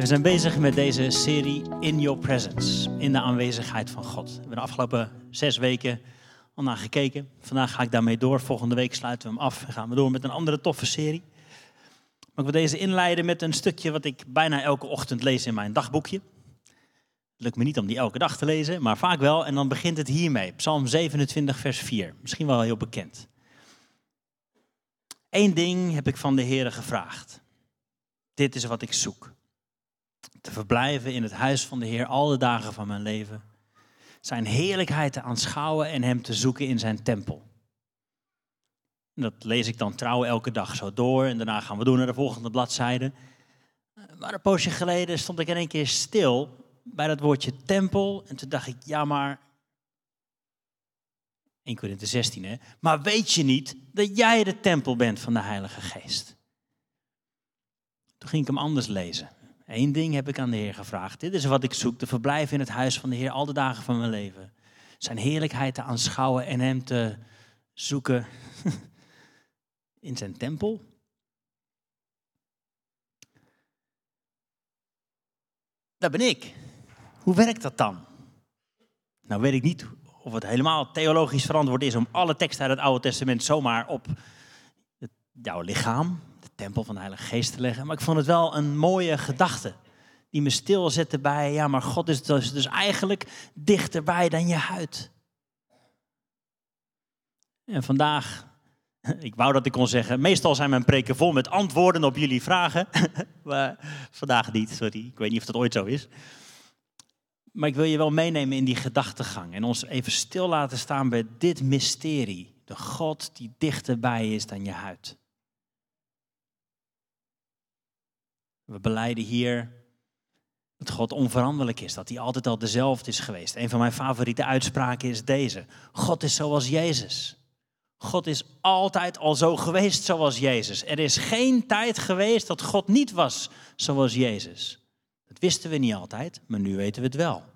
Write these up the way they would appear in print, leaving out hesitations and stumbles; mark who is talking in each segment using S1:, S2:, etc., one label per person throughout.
S1: We zijn bezig met deze serie In Your Presence, in de aanwezigheid van God. We hebben de afgelopen 6 weken al naar gekeken. Vandaag ga ik daarmee door. Volgende week sluiten we hem af en gaan we door met een andere toffe serie. Maar ik wil deze inleiden met een stukje wat ik bijna elke ochtend lees in mijn dagboekje. Het lukt me niet om die elke dag te lezen, maar vaak wel. En dan begint het hiermee, Psalm 27 vers 4. Misschien wel heel bekend. 1 ding heb ik van de Heere gevraagd. Dit is wat ik zoek. Te verblijven in het huis van de Heer al de dagen van mijn leven. Zijn heerlijkheid te aanschouwen en hem te zoeken in zijn tempel. En dat lees ik dan trouw elke dag zo door. En daarna gaan we door naar de volgende bladzijde. Maar een poosje geleden stond ik in één keer stil bij dat woordje tempel. En toen dacht ik, ja maar, 1 Korinthe 16 hè. Maar weet je niet dat jij de tempel bent van de Heilige Geest? Toen ging ik hem anders lezen. 1 ding heb ik aan de Heer gevraagd. Dit is wat ik zoek, te verblijven in het huis van de Heer al de dagen van mijn leven. Zijn heerlijkheid te aanschouwen en hem te zoeken in zijn tempel. Dat ben ik. Hoe werkt dat dan? Nou weet ik niet of het helemaal theologisch verantwoord is om alle teksten uit het Oude Testament zomaar op jouw lichaam, de tempel van de Heilige Geest te leggen. Maar ik vond het wel een mooie gedachte die me stilzette bij, ja maar God is dus eigenlijk dichterbij dan je huid. En vandaag, ik wou dat ik kon zeggen, meestal zijn mijn preken vol met antwoorden op jullie vragen. Maar vandaag niet, sorry, ik weet niet of dat ooit zo is. Maar ik wil je wel meenemen in die gedachtegang en ons even stil laten staan bij dit mysterie. De God die dichterbij is dan je huid. We belijden hier dat God onveranderlijk is, dat hij altijd al dezelfde is geweest. Een van mijn favoriete uitspraken is deze. God is zoals Jezus. God is altijd al zo geweest zoals Jezus. Er is geen tijd geweest dat God niet was zoals Jezus. Dat wisten we niet altijd, maar nu weten we het wel.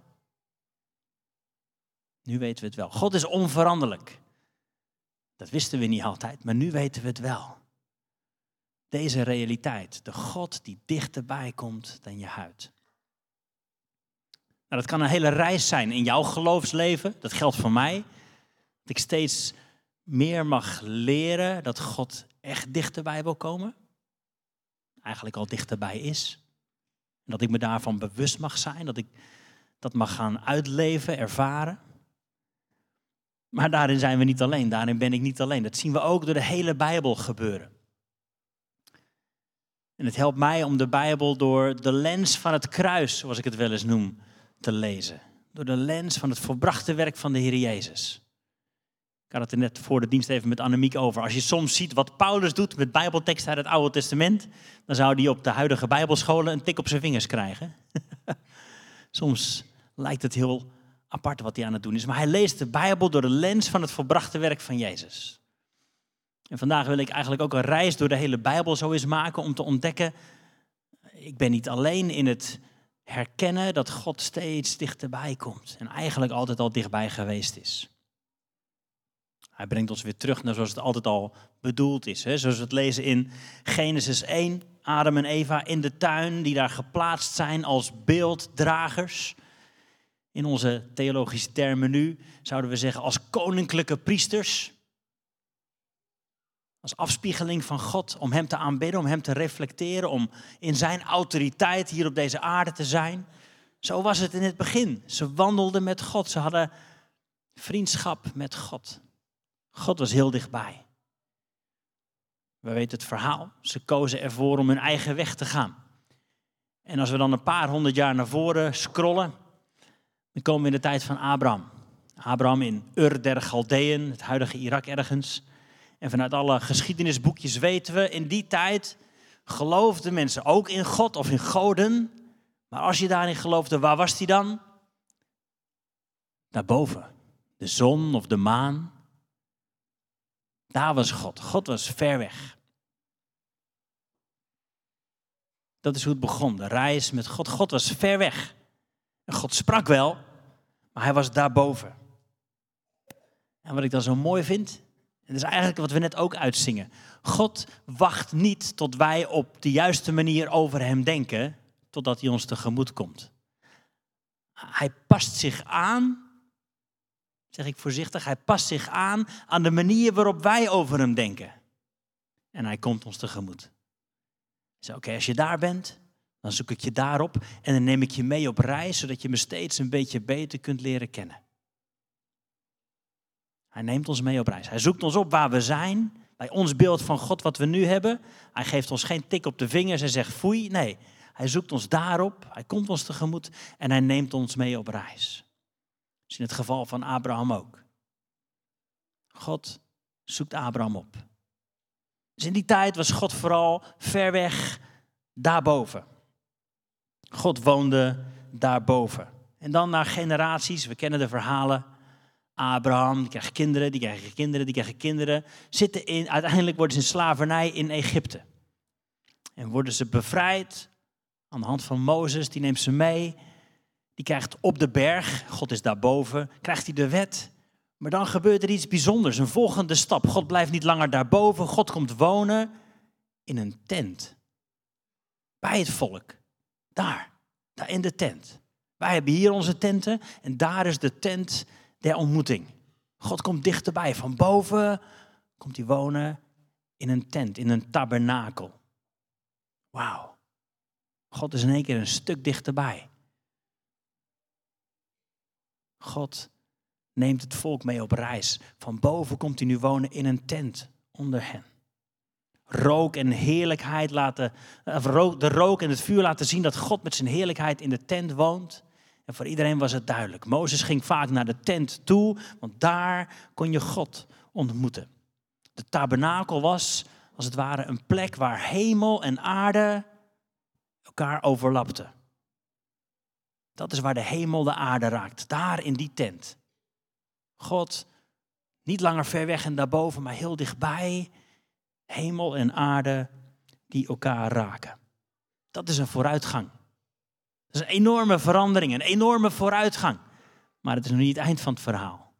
S1: Nu weten we het wel. God is onveranderlijk. Dat wisten we niet altijd, maar nu weten we het wel. Deze realiteit, de God die dichterbij komt dan je huid. Nou, dat kan een hele reis zijn in jouw geloofsleven. Dat geldt voor mij. Dat ik steeds meer mag leren dat God echt dichterbij wil komen. Eigenlijk al dichterbij is. En dat ik me daarvan bewust mag zijn. Dat ik dat mag gaan uitleven, ervaren. Maar daarin zijn we niet alleen. Daarin ben ik niet alleen. Dat zien we ook door de hele Bijbel gebeuren. En het helpt mij om de Bijbel door de lens van het kruis, zoals ik het wel eens noem, te lezen. Door de lens van het volbrachte werk van de Heer Jezus. Ik had het er net voor de dienst even met Annemiek over. Als je soms ziet wat Paulus doet met bijbelteksten uit het Oude Testament, dan zou hij op de huidige bijbelscholen een tik op zijn vingers krijgen. Soms lijkt het heel apart wat hij aan het doen is. Maar hij leest de Bijbel door de lens van het volbrachte werk van Jezus. En vandaag wil ik eigenlijk ook een reis door de hele Bijbel zo eens maken om te ontdekken, ik ben niet alleen in het herkennen dat God steeds dichterbij komt. En eigenlijk altijd al dichtbij geweest is. Hij brengt ons weer terug naar zoals het altijd al bedoeld is. Hè? Zoals we het lezen in Genesis 1, Adam en Eva in de tuin die daar geplaatst zijn als beelddragers. In onze theologische termen nu zouden we zeggen als koninklijke priesters. Als afspiegeling van God, om hem te aanbidden, om hem te reflecteren, om in zijn autoriteit hier op deze aarde te zijn. Zo was het in het begin. Ze wandelden met God, ze hadden vriendschap met God. God was heel dichtbij. We weten het verhaal. Ze kozen ervoor om hun eigen weg te gaan. En als we dan een paar 100 jaar naar voren scrollen, dan komen we in de tijd van Abraham. Abraham in Ur der Chaldeeën, het huidige Irak ergens. En vanuit alle geschiedenisboekjes weten we, in die tijd geloofden mensen ook in God of in goden. Maar als je daarin geloofde, waar was die dan? Daarboven. De zon of de maan. Daar was God. God was ver weg. Dat is hoe het begon, de reis met God. God was ver weg. En God sprak wel, maar hij was daarboven. En wat ik dan zo mooi vind, en dat is eigenlijk wat we net ook uitzingen. God wacht niet tot wij op de juiste manier over hem denken, totdat hij ons tegemoet komt. Hij past zich aan, zeg ik voorzichtig, hij past zich aan de manier waarop wij over hem denken. En hij komt ons tegemoet. Oké, als je daar bent, dan zoek ik je daarop en dan neem ik je mee op reis, zodat je me steeds een beetje beter kunt leren kennen. Hij neemt ons mee op reis. Hij zoekt ons op waar we zijn, bij ons beeld van God wat we nu hebben. Hij geeft ons geen tik op de vingers en zegt foei. Nee, hij zoekt ons daarop, hij komt ons tegemoet en hij neemt ons mee op reis. Dus in het geval van Abraham ook. God zoekt Abraham op. Dus in die tijd was God vooral ver weg daarboven. God woonde daarboven. En dan naar generaties, we kennen de verhalen. Abraham, die krijgt kinderen, die krijgen kinderen, die krijgen kinderen. Uiteindelijk worden ze in slavernij in Egypte. En worden ze bevrijd aan de hand van Mozes, die neemt ze mee. Die krijgt op de berg, God is daarboven, krijgt hij de wet. Maar dan gebeurt er iets bijzonders, een volgende stap. God blijft niet langer daarboven, God komt wonen in een tent. Bij het volk, daar in de tent. Wij hebben hier onze tenten en daar is de tent der ontmoeting. God komt dichterbij, van boven komt hij wonen in een tent, in een tabernakel. Wauw, God is in één keer een stuk dichterbij. God neemt het volk mee op reis. Van boven komt hij nu wonen in een tent onder hen. Rook en heerlijkheid de rook en het vuur laten zien dat God met zijn heerlijkheid in de tent woont. En voor iedereen was het duidelijk. Mozes ging vaak naar de tent toe, want daar kon je God ontmoeten. De tabernakel was, als het ware, een plek waar hemel en aarde elkaar overlapten. Dat is waar de hemel de aarde raakt, daar in die tent. God, niet langer ver weg en daarboven, maar heel dichtbij. Hemel en aarde die elkaar raken. Dat is een vooruitgang. Dat is een enorme verandering, een enorme vooruitgang. Maar het is nog niet het eind van het verhaal.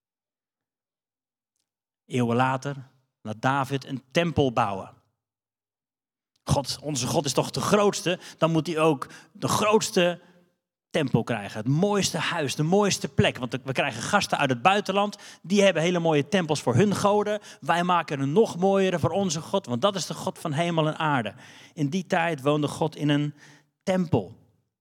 S1: Eeuwen later laat David een tempel bouwen. Onze God is toch de grootste, dan moet hij ook de grootste tempel krijgen. Het mooiste huis, de mooiste plek. Want we krijgen gasten uit het buitenland. Die hebben hele mooie tempels voor hun goden. Wij maken een nog mooiere voor onze God. Want dat is de God van hemel en aarde. In die tijd woonde God in een tempel.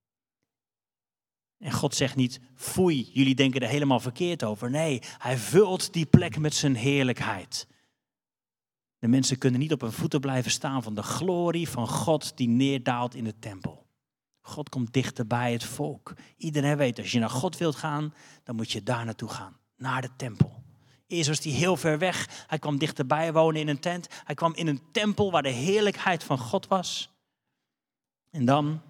S1: En God zegt niet, foei, jullie denken er helemaal verkeerd over. Nee, hij vult die plek met zijn heerlijkheid. De mensen kunnen niet op hun voeten blijven staan van de glorie van God die neerdaalt in de tempel. God komt dichter bij het volk. Iedereen weet, als je naar God wilt gaan, dan moet je daar naartoe gaan. Naar de tempel. Eerst was hij heel ver weg. Hij kwam dichterbij wonen in een tent. Hij kwam in een tempel waar de heerlijkheid van God was. En dan,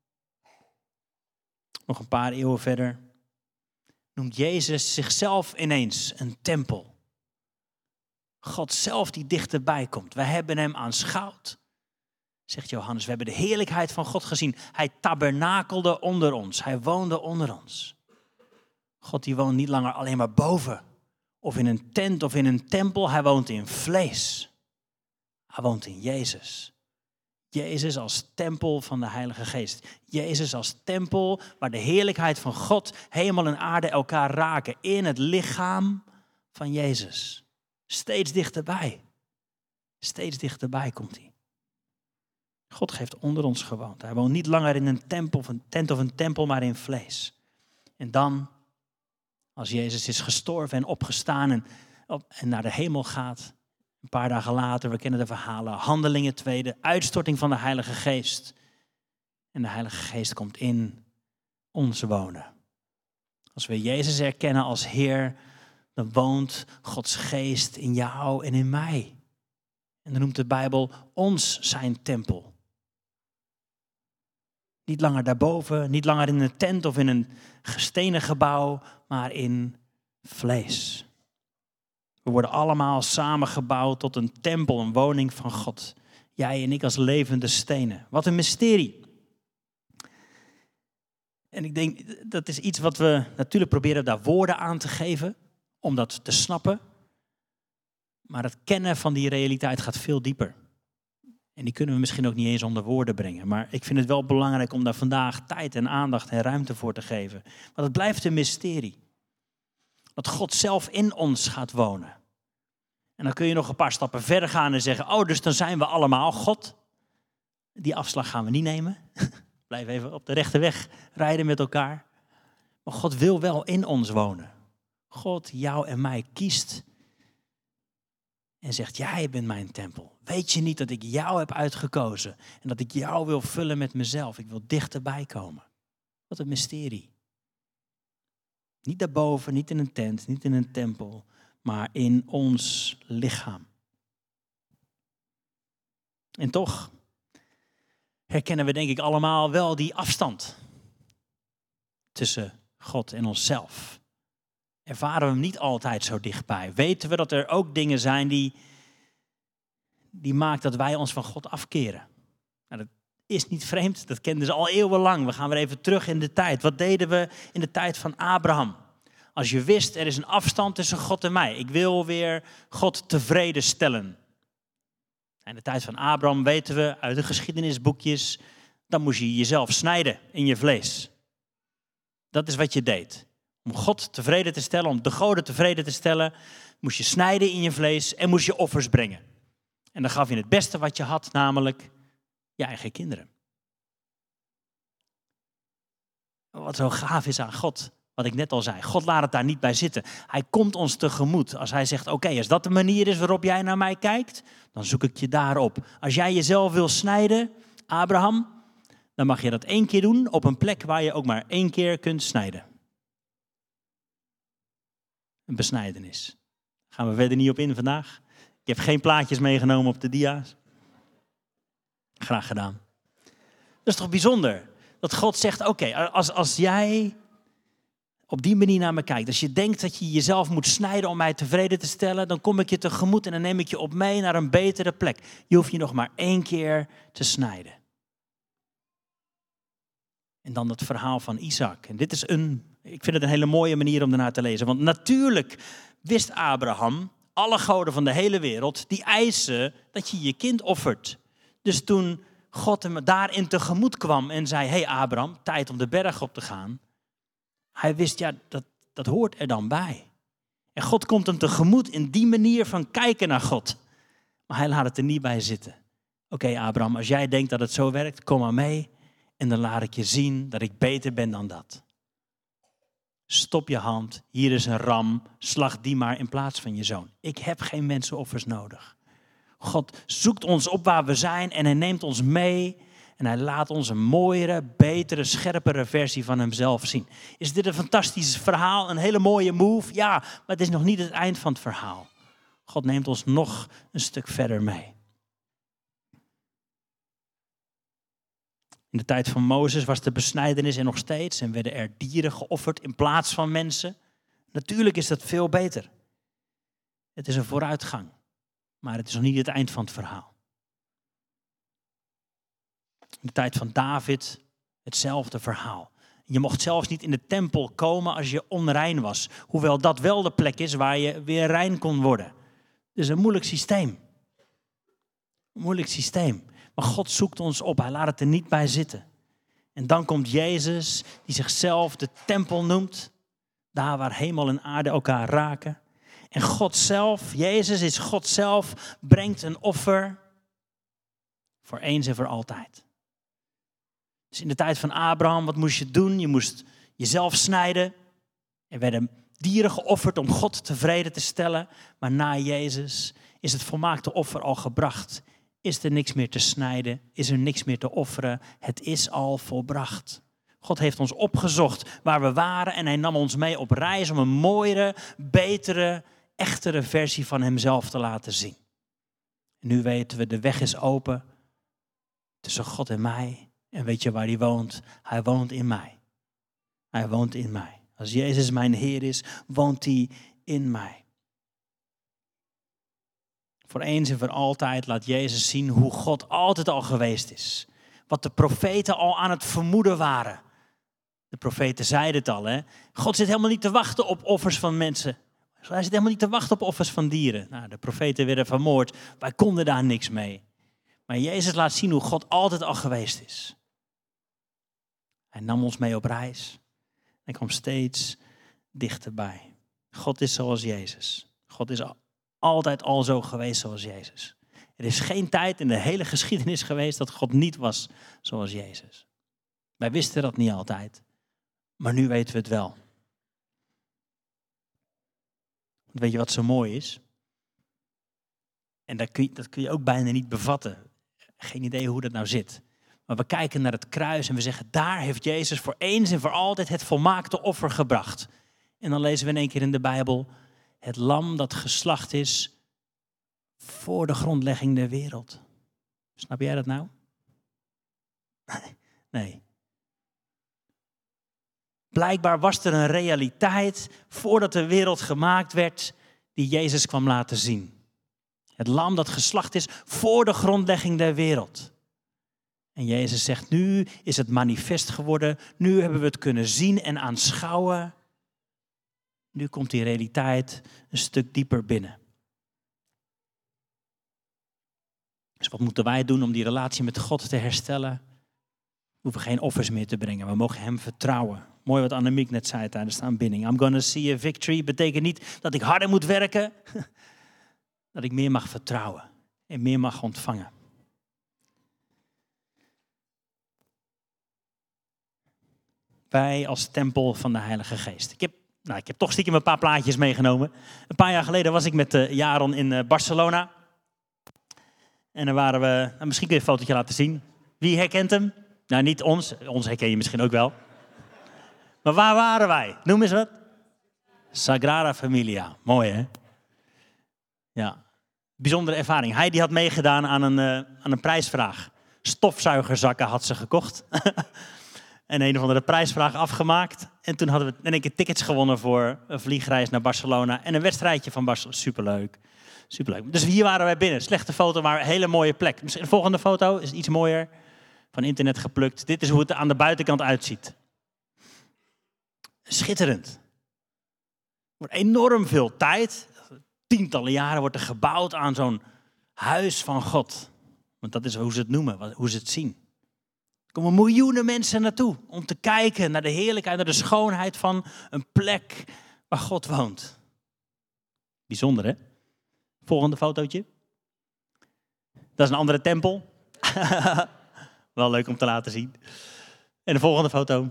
S1: nog een paar eeuwen verder, noemt Jezus zichzelf ineens een tempel. God zelf die dichterbij komt. Wij hebben hem aanschouwd. Zegt Johannes, we hebben de heerlijkheid van God gezien. Hij tabernakelde onder ons. Hij woonde onder ons. God die woont niet langer alleen maar boven. Of in een tent of in een tempel. Hij woont in vlees. Hij woont in Jezus. Jezus als tempel van de Heilige Geest. Jezus als tempel waar de heerlijkheid van God, hemel en aarde elkaar raken. In het lichaam van Jezus. Steeds dichterbij. Steeds dichterbij komt hij. God heeft onder ons gewoond. Hij woont niet langer in een tempel, of een tent of een tempel, maar in vlees. En dan, als Jezus is gestorven en opgestaan en naar de hemel gaat, een paar dagen later, we kennen de verhalen, Handelingen 2, de uitstorting van de Heilige Geest. En de Heilige Geest komt in ons wonen. Als we Jezus erkennen als Heer, dan woont Gods Geest in jou en in mij. En dan noemt de Bijbel ons zijn tempel. Niet langer daarboven, niet langer in een tent of in een stenen gebouw, maar in vlees. We worden allemaal samengebouwd tot een tempel, een woning van God. Jij en ik als levende stenen. Wat een mysterie. En ik denk, dat is iets wat we natuurlijk proberen daar woorden aan te geven, om dat te snappen. Maar het kennen van die realiteit gaat veel dieper. En die kunnen we misschien ook niet eens onder woorden brengen. Maar ik vind het wel belangrijk om daar vandaag tijd en aandacht en ruimte voor te geven. Want het blijft een mysterie. Dat God zelf in ons gaat wonen. En dan kun je nog een paar stappen verder gaan en zeggen, oh, dus dan zijn we allemaal God. Die afslag gaan we niet nemen. Blijf even op de rechte weg rijden met elkaar. Maar God wil wel in ons wonen. God jou en mij kiest en zegt, jij bent mijn tempel. Weet je niet dat ik jou heb uitgekozen en dat ik jou wil vullen met mezelf. Ik wil dichterbij komen. Wat een mysterie. Niet daarboven, niet in een tent, niet in een tempel, maar in ons lichaam. En toch herkennen we denk ik allemaal wel die afstand tussen God en onszelf. Ervaren we hem niet altijd zo dichtbij. Weten we dat er ook dingen zijn die maken dat wij ons van God afkeren. Nou, dat is niet vreemd, dat kenden ze al eeuwenlang. We gaan weer even terug in de tijd. Wat deden we in de tijd van Abraham? Als je wist, er is een afstand tussen God en mij. Ik wil weer God tevreden stellen. In de tijd van Abraham weten we uit de geschiedenisboekjes, dan moest je jezelf snijden in je vlees. Dat is wat je deed. Om God tevreden te stellen, om de goden tevreden te stellen, moest je snijden in je vlees en moest je offers brengen. En dan gaf je het beste wat je had, namelijk je eigen kinderen. Wat zo gaaf is aan God, wat ik net al zei. God laat het daar niet bij zitten. Hij komt ons tegemoet. Als hij zegt, oké, als dat de manier is waarop jij naar mij kijkt, dan zoek ik je daarop. Als jij jezelf wil snijden, Abraham, dan mag je dat 1 keer doen op een plek waar je ook maar 1 keer kunt snijden. Een besnijdenis. Daar gaan we verder niet op in vandaag. Ik heb geen plaatjes meegenomen op de dia's. Graag gedaan. Dat is toch bijzonder? Dat God zegt, oké, als jij op die manier naar me kijkt, als je denkt dat je jezelf moet snijden om mij tevreden te stellen, dan kom ik je tegemoet en dan neem ik je op mee naar een betere plek. Je hoeft je nog maar 1 keer te snijden. En dan het verhaal van Isaac. En dit is ik vind het een hele mooie manier om ernaar te lezen. Want natuurlijk wist Abraham, alle goden van de hele wereld, die eisen dat je je kind offert. Dus toen God hem daarin tegemoet kwam en zei, hey Abraham, tijd om de berg op te gaan. Hij wist, ja, dat hoort er dan bij. En God komt hem tegemoet in die manier van kijken naar God. Maar hij laat het er niet bij zitten. Oké, Abraham, als jij denkt dat het zo werkt, kom maar mee. En dan laat ik je zien dat ik beter ben dan dat. Stop je hand, hier is een ram, slag die maar in plaats van je zoon. Ik heb geen mensenoffers nodig. God zoekt ons op waar we zijn en hij neemt ons mee. En hij laat ons een mooiere, betere, scherpere versie van hemzelf zien. Is dit een fantastisch verhaal, een hele mooie move? Ja, maar het is nog niet het eind van het verhaal. God neemt ons nog een stuk verder mee. In de tijd van Mozes was de besnijdenis er nog steeds en werden er dieren geofferd in plaats van mensen. Natuurlijk is dat veel beter. Het is een vooruitgang, maar het is nog niet het eind van het verhaal. In de tijd van David hetzelfde verhaal. Je mocht zelfs niet in de tempel komen als je onrein was. Hoewel dat wel de plek is waar je weer rein kon worden. Dus een moeilijk systeem. Een moeilijk systeem. Maar God zoekt ons op. Hij laat het er niet bij zitten. En dan komt Jezus, die zichzelf de tempel noemt. Daar waar hemel en aarde elkaar raken. En God zelf, Jezus is God zelf, brengt een offer voor eens en voor altijd. Dus in de tijd van Abraham, wat moest je doen? Je moest jezelf snijden. Er werden dieren geofferd om God tevreden te stellen. Maar na Jezus is het volmaakte offer al gebracht. Is er niks meer te snijden? Is er niks meer te offeren? Het is al volbracht. God heeft ons opgezocht waar we waren en hij nam ons mee op reis om een mooiere, betere, echtere versie van hemzelf te laten zien. En nu weten we, de weg is open tussen God en mij. En weet je waar hij woont? Hij woont in mij. Hij woont in mij. Als Jezus mijn Heer is, woont hij in mij. Voor eens en voor altijd laat Jezus zien hoe God altijd al geweest is. Wat de profeten al aan het vermoeden waren. De profeten zeiden het al, hè. God zit helemaal niet te wachten op offers van mensen. Hij zit helemaal niet te wachten op offers van dieren. Nou, de profeten werden vermoord. Wij konden daar niks mee. Maar Jezus laat zien hoe God altijd al geweest is. Hij nam ons mee op reis. Hij kwam steeds dichterbij. God is zoals Jezus. God is altijd al zo geweest zoals Jezus. Er is geen tijd in de hele geschiedenis geweest dat God niet was zoals Jezus. Wij wisten dat niet altijd. Maar nu weten we het wel. Want weet je wat zo mooi is? En dat kun je ook bijna niet bevatten. Geen idee hoe dat nou zit. Maar we kijken naar het kruis en we zeggen, daar heeft Jezus voor eens en voor altijd het volmaakte offer gebracht. En dan lezen we in één keer in de Bijbel, het lam dat geslacht is voor de grondlegging der wereld. Snap jij dat nou? Nee. Blijkbaar was er een realiteit voordat de wereld gemaakt werd die Jezus kwam laten zien. Het lam dat geslacht is voor de grondlegging der wereld. En Jezus zegt, nu is het manifest geworden. Nu hebben we het kunnen zien en aanschouwen. Nu komt die realiteit een stuk dieper binnen. Dus wat moeten wij doen om die relatie met God te herstellen? We hoeven geen offers meer te brengen. We mogen hem vertrouwen. Mooi wat Annemiek net zei tijdens de aanbidding. I'm gonna see a victory. Betekent niet dat ik harder moet werken. Dat ik meer mag vertrouwen en meer mag ontvangen. Wij als tempel van de Heilige Geest. Ik heb toch stiekem een paar plaatjes meegenomen. Een paar jaar geleden was ik met Jaron in Barcelona. En dan waren we, misschien kun je een fotootje laten zien. Wie herkent hem? Nou, niet ons. Ons herken je misschien ook wel. Maar waar waren wij? Noem eens wat. Sagrada Familia. Mooi, hè? Ja. Bijzondere ervaring. Hij die had meegedaan aan een prijsvraag. Stofzuigerzakken had ze gekocht. En een of andere prijsvraag afgemaakt. En toen hadden we in één keer tickets gewonnen voor een vliegreis naar Barcelona. En een wedstrijdje van Barcelona. Superleuk. Superleuk. Dus hier waren wij binnen. Slechte foto, maar een hele mooie plek. Misschien de volgende foto is iets mooier. Van internet geplukt. Dit is hoe het er aan de buitenkant uitziet. Schitterend. Er wordt enorm veel tijd. Tientallen jaren wordt er gebouwd aan zo'n huis van God. Want dat is hoe ze het noemen, hoe ze het zien. Er komen miljoenen mensen naartoe om te kijken naar de heerlijkheid, naar de schoonheid van een plek waar God woont. Bijzonder, hè? Volgende fotootje. Dat is een andere tempel. Wel leuk om te laten zien. En de volgende foto.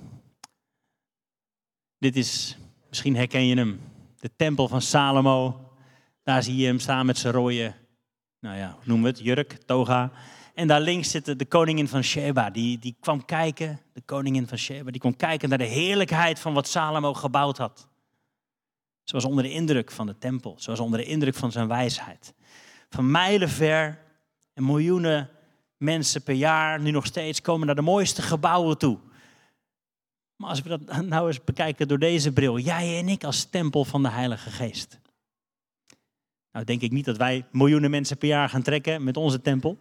S1: Dit is, misschien herken je hem, de tempel van Salomo. Daar zie je hem staan met zijn rode, hoe noemen we het, jurk, toga. En daar links zit de koningin van Sheba. Die kwam kijken, de koningin van Sheba, die kwam kijken naar de heerlijkheid van wat Salomo gebouwd had. Ze was onder de indruk van de tempel. Ze was onder de indruk van zijn wijsheid. Van mijlenver en miljoenen mensen per jaar, nu nog steeds, komen naar de mooiste gebouwen toe. Maar als we dat nou eens bekijken door deze bril. Jij en ik als tempel van de Heilige Geest. Nou denk ik niet dat wij miljoenen mensen per jaar gaan trekken met onze tempel.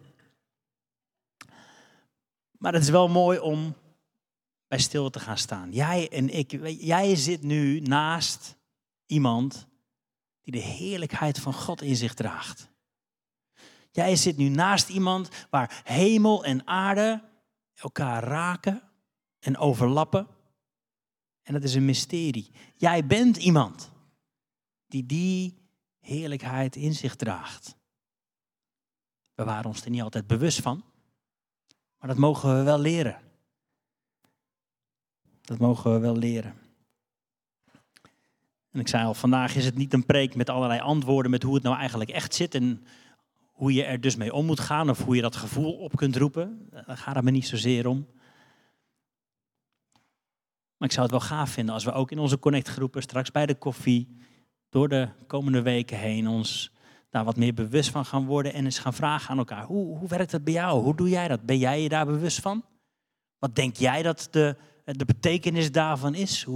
S1: Maar het is wel mooi om bij stil te gaan staan. Jij en ik, jij zit nu naast iemand die de heerlijkheid van God in zich draagt. Jij zit nu naast iemand waar hemel en aarde elkaar raken en overlappen. En dat is een mysterie. Jij bent iemand die heerlijkheid in zich draagt. We waren ons er niet altijd bewust van. Maar dat mogen we wel leren. Dat mogen we wel leren. En ik zei al, vandaag is het niet een preek met allerlei antwoorden met hoe het nou eigenlijk echt zit en hoe je er dus mee om moet gaan of hoe je dat gevoel op kunt roepen. Daar gaat het me niet zozeer om. Maar ik zou het wel gaaf vinden als we ook in onze connectgroepen straks bij de koffie door de komende weken heen ons daar wat meer bewust van gaan worden en eens gaan vragen aan elkaar. Hoe werkt het bij jou? Hoe doe jij dat? Ben jij je daar bewust van? Wat denk jij dat de betekenis daarvan is?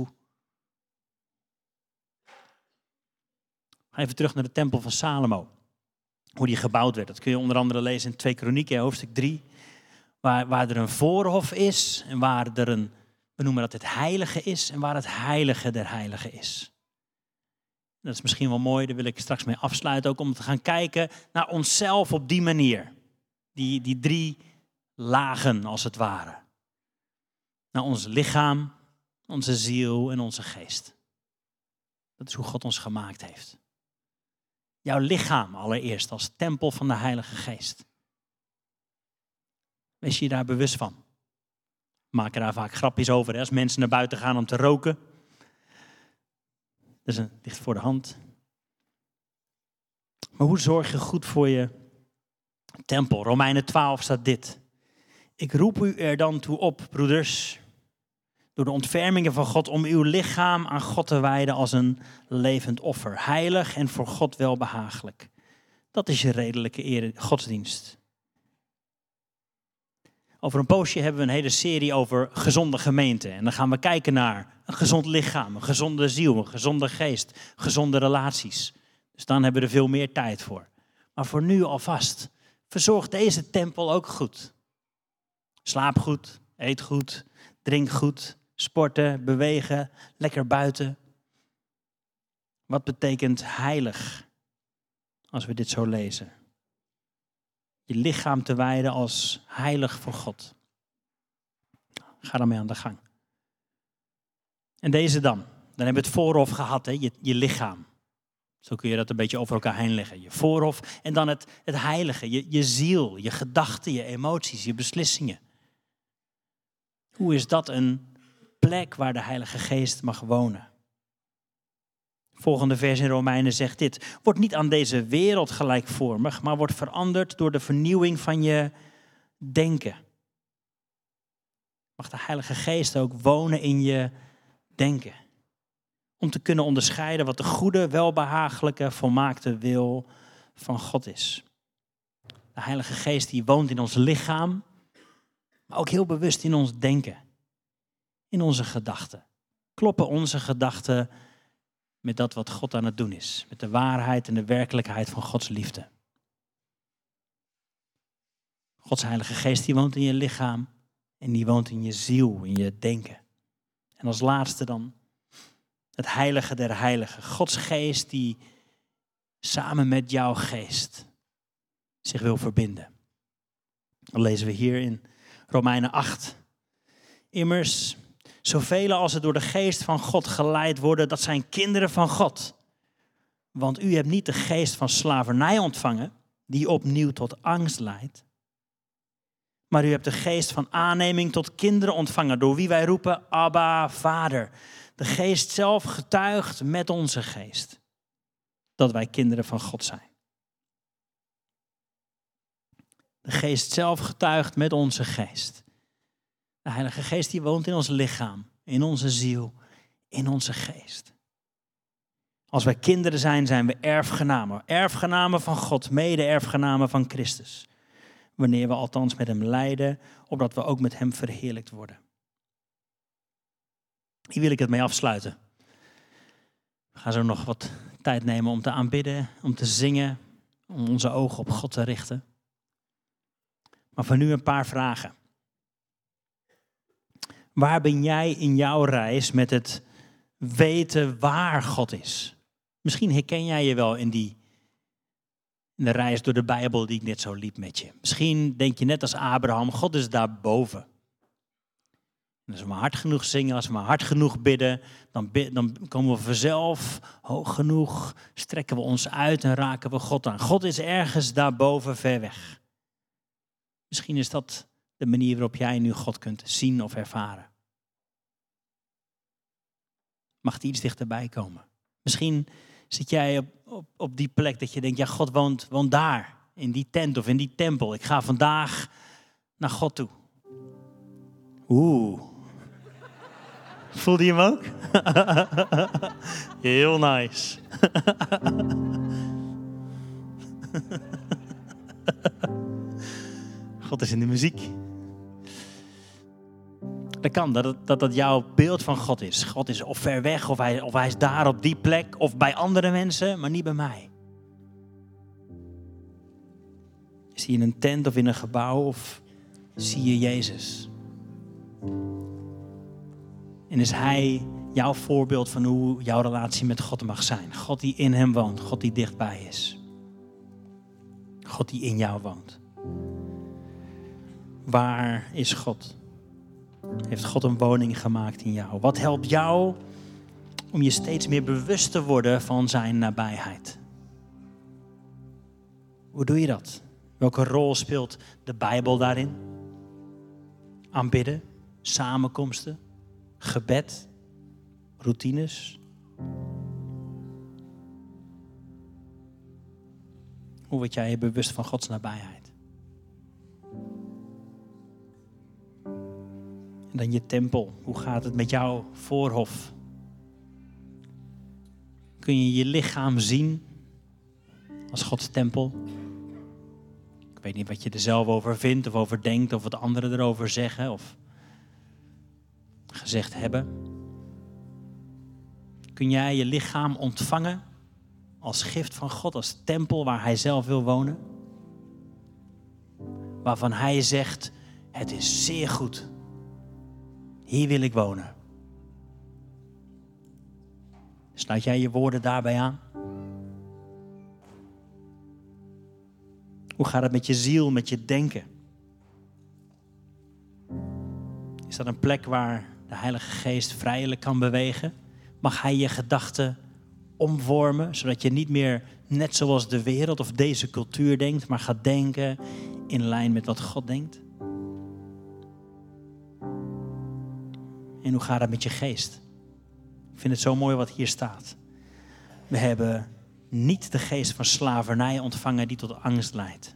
S1: Even terug naar de tempel van Salomo. Hoe die gebouwd werd. Dat kun je onder andere lezen in 2 Kronieken, hoofdstuk 3. Waar er een voorhof is en waar er we noemen dat het heilige is en waar het heilige der heiligen is. Dat is misschien wel mooi, daar wil ik straks mee afsluiten ook om te gaan kijken naar onszelf op die manier. Die 3 lagen als het ware. Naar ons lichaam, onze ziel en onze geest. Dat is hoe God ons gemaakt heeft. Jouw lichaam allereerst als tempel van de Heilige Geest. Wees je daar bewust van. We maken daar vaak grapjes over, hè? Als mensen naar buiten gaan om te roken. Dat ligt voor de hand. Maar hoe zorg je goed voor je tempel? Romeinen 12 staat dit. Ik roep u er dan toe op, broeders, door de ontfermingen van God, om uw lichaam aan God te wijden als een levend offer. Heilig en voor God welbehagelijk. Dat is je redelijke godsdienst. Over een poosje hebben we een hele serie over gezonde gemeenten. En dan gaan we kijken naar een gezond lichaam, een gezonde ziel, een gezonde geest, gezonde relaties. Dus dan hebben we er veel meer tijd voor. Maar voor nu alvast, verzorg deze tempel ook goed. Slaap goed, eet goed, drink goed, sporten, bewegen, lekker buiten. Wat betekent heilig als we dit zo lezen? Je lichaam te wijden als heilig voor God. Ga daarmee aan de gang. En deze dan hebben we het voorhof gehad, hè? Je lichaam. Zo kun je dat een beetje over elkaar heen leggen. Je voorhof en dan het heilige, je ziel, je gedachten, je emoties, je beslissingen. Hoe is dat een plek waar de Heilige Geest mag wonen? Volgende vers in Romeinen zegt dit. Word niet aan deze wereld gelijkvormig, maar word veranderd door de vernieuwing van je denken. Mag de Heilige Geest ook wonen in je denken. Om te kunnen onderscheiden wat de goede, welbehagelijke, volmaakte wil van God is. De Heilige Geest die woont in ons lichaam, maar ook heel bewust in ons denken. In onze gedachten. Kloppen onze gedachten met dat wat God aan het doen is. Met de waarheid en de werkelijkheid van Gods liefde. Gods Heilige Geest die woont in je lichaam en die woont in je ziel, in je denken. En als laatste dan het heilige der heiligen. Gods geest die samen met jouw geest zich wil verbinden. Dat lezen we hier in Romeinen 8. Immers, zoveel als er door de geest van God geleid worden, dat zijn kinderen van God. Want u hebt niet de geest van slavernij ontvangen, die opnieuw tot angst leidt. Maar u hebt de geest van aanneming tot kinderen ontvangen, door wie wij roepen, Abba, Vader. De geest zelf getuigt met onze geest dat wij kinderen van God zijn. De geest zelf getuigt met onze geest. De Heilige Geest die woont in ons lichaam, in onze ziel, in onze geest. Als wij kinderen zijn, zijn we erfgenamen. Erfgenamen van God, mede-erfgenamen van Christus. Wanneer we althans met hem lijden, opdat we ook met hem verheerlijkt worden. Hier wil ik het mee afsluiten. We gaan zo nog wat tijd nemen om te aanbidden, om te zingen, om onze ogen op God te richten. Maar voor nu een paar vragen. Waar ben jij in jouw reis met het weten waar God is? Misschien herken jij je wel in de reis door de Bijbel die ik net zo liep met je. Misschien denk je net als Abraham, God is daarboven. En als we maar hard genoeg zingen, als we maar hard genoeg bidden, dan komen we vanzelf hoog genoeg, strekken we ons uit en raken we God aan. God is ergens daarboven ver weg. Misschien is dat de manier waarop jij nu God kunt zien of ervaren. Mag die iets dichterbij komen? Misschien zit jij op die plek dat je denkt, ja, God woont daar, in die tent of in die tempel. Ik ga vandaag naar God toe. Voelde je hem ook? Heel nice. God is in de muziek. Dat kan, dat jouw beeld van God is. God is of ver weg, of hij is daar op die plek, of bij andere mensen, maar niet bij mij. Is hij in een tent of in een gebouw, of zie je Jezus? En is hij jouw voorbeeld van hoe jouw relatie met God mag zijn? God die in hem woont, God die dichtbij is. God die in jou woont. Waar is God? Heeft God een woning gemaakt in jou? Wat helpt jou om je steeds meer bewust te worden van zijn nabijheid? Hoe doe je dat? Welke rol speelt de Bijbel daarin? Aanbidden, samenkomsten, gebed, routines. Hoe word jij je bewust van Gods nabijheid? En dan je tempel. Hoe gaat het met jouw voorhof? Kun je je lichaam zien als Gods tempel? Ik weet niet wat je er zelf over vindt of over denkt of wat anderen erover zeggen of gezegd hebben. Kun jij je lichaam ontvangen als gift van God, als tempel waar Hij zelf wil wonen? Waarvan Hij zegt, het is zeer goed. Hier wil ik wonen. Sluit jij je woorden daarbij aan? Hoe gaat het met je ziel, met je denken? Is dat een plek waar de Heilige Geest vrijelijk kan bewegen? Mag Hij je gedachten omvormen, zodat je niet meer net zoals de wereld of deze cultuur denkt, maar gaat denken in lijn met wat God denkt? En hoe gaat het met je geest? Ik vind het zo mooi wat hier staat. We hebben niet de geest van slavernij ontvangen die tot angst leidt.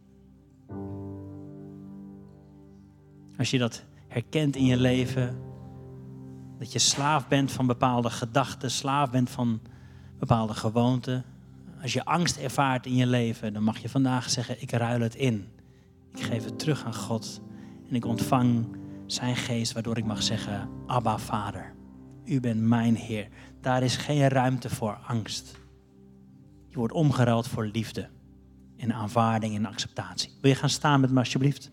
S1: Als je dat herkent in je leven, dat je slaaf bent van bepaalde gedachten, slaaf bent van bepaalde gewoonten. Als je angst ervaart in je leven, dan mag je vandaag zeggen, ik ruil het in. Ik geef het terug aan God en ik ontvang zijn geest, waardoor ik mag zeggen, Abba, Vader, u bent mijn Heer. Daar is geen ruimte voor angst. Je wordt omgeruild voor liefde en aanvaarding en acceptatie. Wil je gaan staan met me alsjeblieft?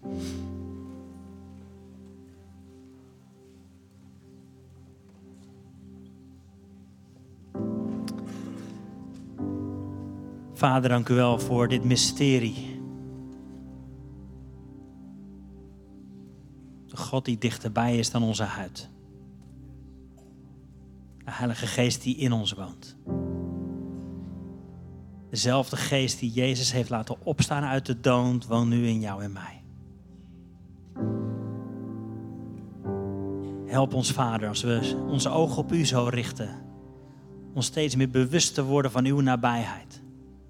S1: Vader, dank u wel voor dit mysterie. De God die dichterbij is dan onze huid. De Heilige Geest die in ons woont. Dezelfde Geest die Jezus heeft laten opstaan uit de dood, woont nu in jou en mij. Help ons, Vader, als we onze ogen op u zo richten. Ons steeds meer bewust te worden van uw nabijheid.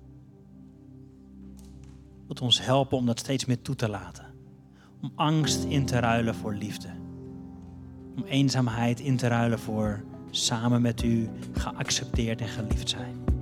S1: Wilt ons helpen om dat steeds meer toe te laten. Om angst in te ruilen voor liefde. Om eenzaamheid in te ruilen voor samen met u geaccepteerd en geliefd zijn.